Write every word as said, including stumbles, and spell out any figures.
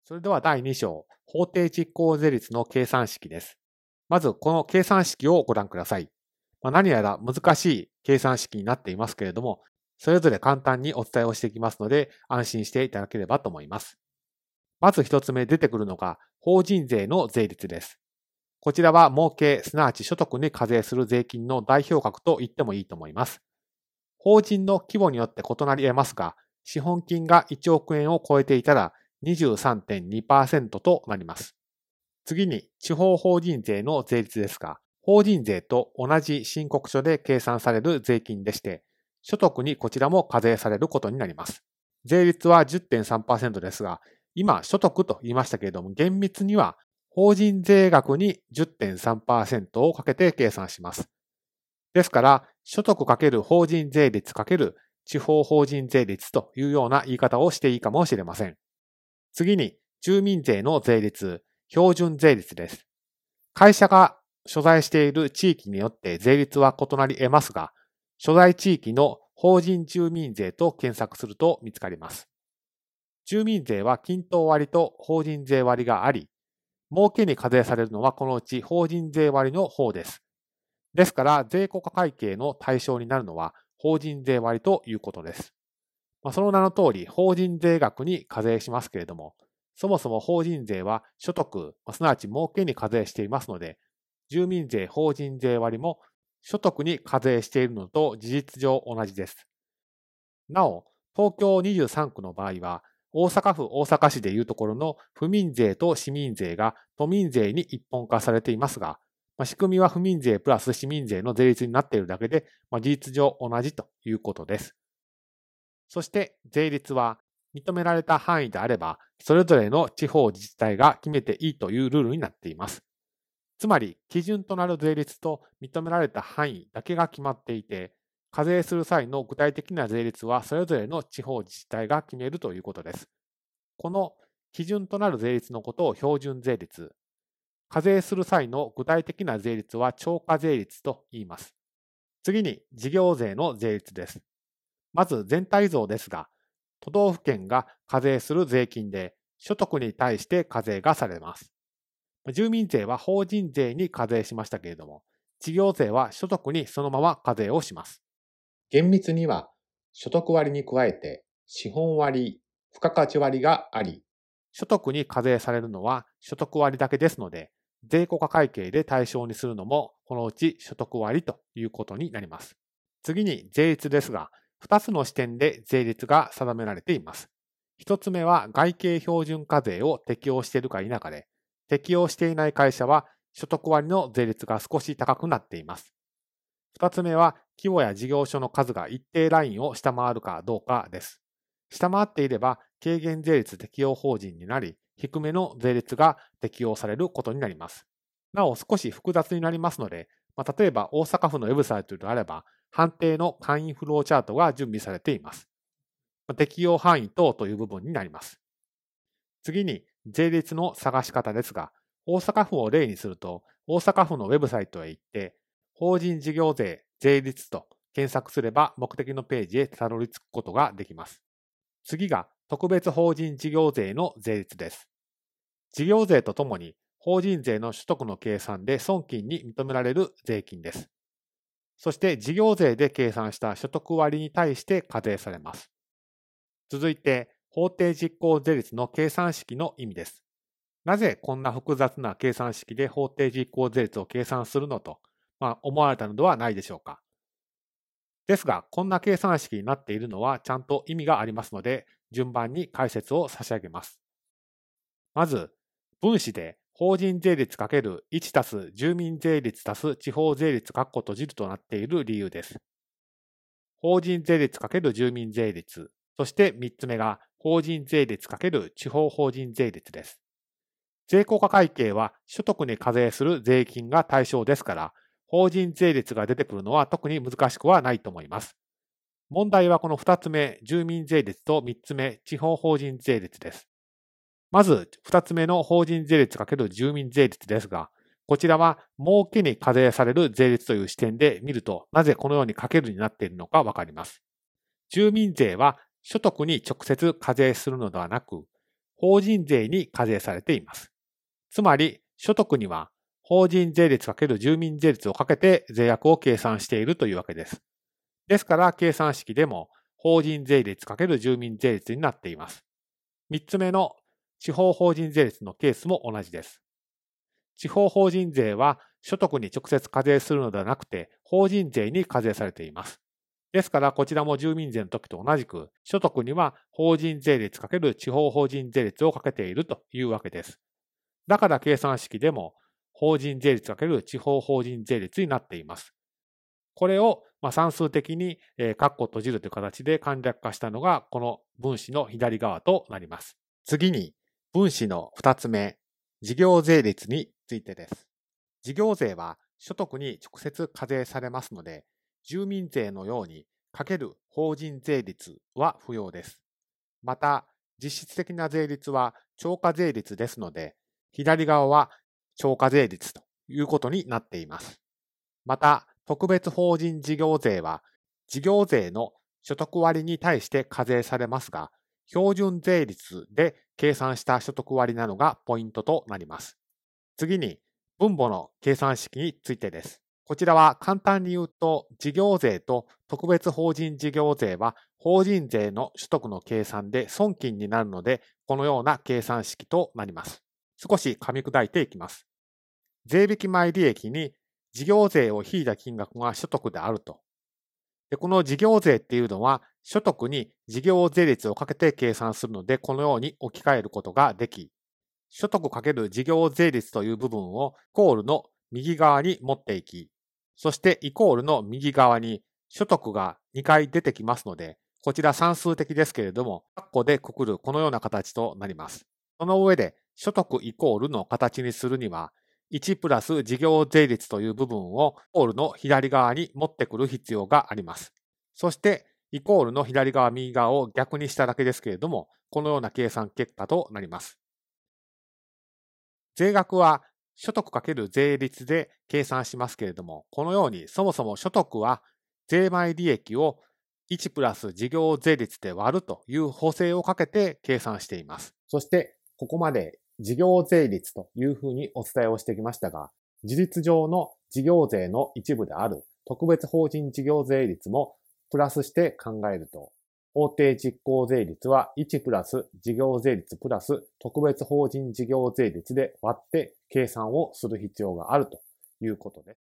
それではだいに章、法定実効税率の計算式です。まず、この計算式をご覧ください。まあ、何やら難しい計算式になっていますけれども、それぞれ簡単にお伝えをしていきますので、安心していただければと思います。まず一つ目出てくるのが、法人税の税率です。こちらは儲け、すなわち所得に課税する税金の代表格と言ってもいいと思います。法人の規模によって異なり得ますが、資本金がいちおく円を超えていたら にじゅうさんてんにパーセント となります。次に、地方法人税の税率ですが、法人税と同じ申告書で計算される税金でして、所得にこちらも課税されることになります。税率は じゅってんさんパーセント ですが、今所得と言いましたけれども、厳密には法人税額に じゅってんさんパーセント をかけて計算します。ですから、所得×法人税率×地方法人税率というような言い方をしていいかもしれません。次に、住民税の税率、標準税率です。会社が所在している地域によって税率は異なり得ますが、所在地域の法人住民税と検索すると見つかります。住民税は均等割と法人税割があり、儲けに課税されるのはこのうち法人税割の方です。ですから、税効果会計の対象になるのは法人税割ということです。まあ、その名の通り、法人税額に課税しますけれども、そもそも法人税は所得、すなわち儲けに課税していますので、住民税法人税割も所得に課税しているのと事実上同じです。なお、東京にじゅうさんくの場合は、大阪府大阪市でいうところの府民税と市民税が都民税に一本化されていますが、まあ、仕組みは府民税プラス市民税の税率になっているだけで、まあ、事実上同じということです。そして税率は認められた範囲であれば、それぞれの地方自治体が決めていいというルールになっています。つまり、基準となる税率と認められた範囲だけが決まっていて、課税する際の具体的な税率はそれぞれの地方自治体が決めるということです。この基準となる税率のことを標準税率、課税する際の具体的な税率は超過税率と言います。次に、事業税の税率です。まず全体像ですが、都道府県が課税する税金で所得に対して課税がされます。住民税は法人税に課税しましたけれども、事業税は所得にそのまま課税をします。厳密には所得割に加えて資本割、付加価値割があり、所得に課税されるのは所得割だけですので、税効果会計で対象にするのもこのうち所得割ということになります。次に税率ですが、ふたつの視点で税率が定められています。ひとつめは外形標準課税を適用しているか否かで、適用していない会社は所得割の税率が少し高くなっています。ふたつめは規模や事業所の数が一定ラインを下回るかどうかです。下回っていれば軽減税率適用法人になり、低めの税率が適用されることになります。なお少し複雑になりますので、まあ、例えば大阪府のウェブサイトであれば、判定の簡易フローチャートが準備されています。適用範囲等という部分になります。次に、税率の探し方ですが、大阪府を例にすると、大阪府のウェブサイトへ行って、法人事業税、税率と検索すれば目的のページへたどり着くことができます。次が、特別法人事業税の税率です。事業税とともに、法人税の所得の計算で損金に認められる税金です。そして事業税で計算した所得割に対して課税されます。続いて、法定実効税率の計算式の意味です。なぜこんな複雑な計算式で法定実効税率を計算するのと、まあ、思われたのではないでしょうか。ですが、こんな計算式になっているのはちゃんと意味がありますので、順番に解説を差し上げます。まず、分子で法人税率 ×いち たす住民税率足す地方税率括弧閉じるとなっている理由です。法人税率 ×住民税率、そしてみっつめが法人税率 ×地方法人税率です。税効果会計は所得に課税する税金が対象ですから、法人税率が出てくるのは特に難しくはないと思います。問題はこのふたつめ、住民税率とみっつめ、地方法人税率です。まずふたつめの法人税率×住民税率ですが、こちらは儲けに課税される税率という視点で見ると、なぜこのようにかけるになっているのかわかります。住民税は所得に直接課税するのではなく、 法人税に課税されています。つまり、所得には法人税率×住民税率をかけて税額を計算しているというわけです。ですから、計算式でも法人税率×住民税率になっています。みっつめの地方法人税率のケースも同じです。地方法人税は所得に直接課税するのではなくて、法人税に課税されています。ですから、こちらも住民税の時と同じく、所得には法人税率×地方法人税率をかけているというわけです。だから計算式でも、法人税率×地方法人税率になっています。これをまあ算数的に、えー、括弧閉じるという形で簡略化したのが、この分子の左側となります。次に、分子のふたつめ、事業税率についてです。事業税は所得に直接課税されますので、住民税のようにかける法人税率は不要です。また、実質的な税率は超過税率ですので、左側は超過税率ということになっています。また、特別法人事業税は、事業税の所得割に対して課税されますが、標準税率で計算した所得割なのがポイントとなります。次に、分母の計算式についてです。こちらは簡単に言うと、事業税と特別法人事業税は法人税の所得の計算で損金になるので、このような計算式となります。少し噛み砕いていきます。税引き前利益に事業税を引いた金額が所得であると。で、この事業税っていうのは、所得に事業税率をかけて計算するので、このように置き換えることができ、所得×事業税率という部分をイコールの右側に持っていき、そしてイコールの右側に所得がにかい出てきますので、こちら算数的ですけれども、括弧でくくるこのような形となります。その上で、所得イコールの形にするには、いちプラス事業税率という部分をイコールの左側に持ってくる必要があります。そして、イコールの左側右側を逆にしただけですけれども、このような計算結果となります。税額は所得×税率で計算しますけれども、このようにそもそも所得は税前利益をいちプラス事業税率で割るという補正をかけて計算しています。そして、ここまで事業税率というふうにお伝えをしてきましたが、事実上の事業税の一部である特別法人事業税率もプラスして考えると、法定実効税率はいちプラス事業税率プラス特別法人事業税率で割って計算をする必要があるということです。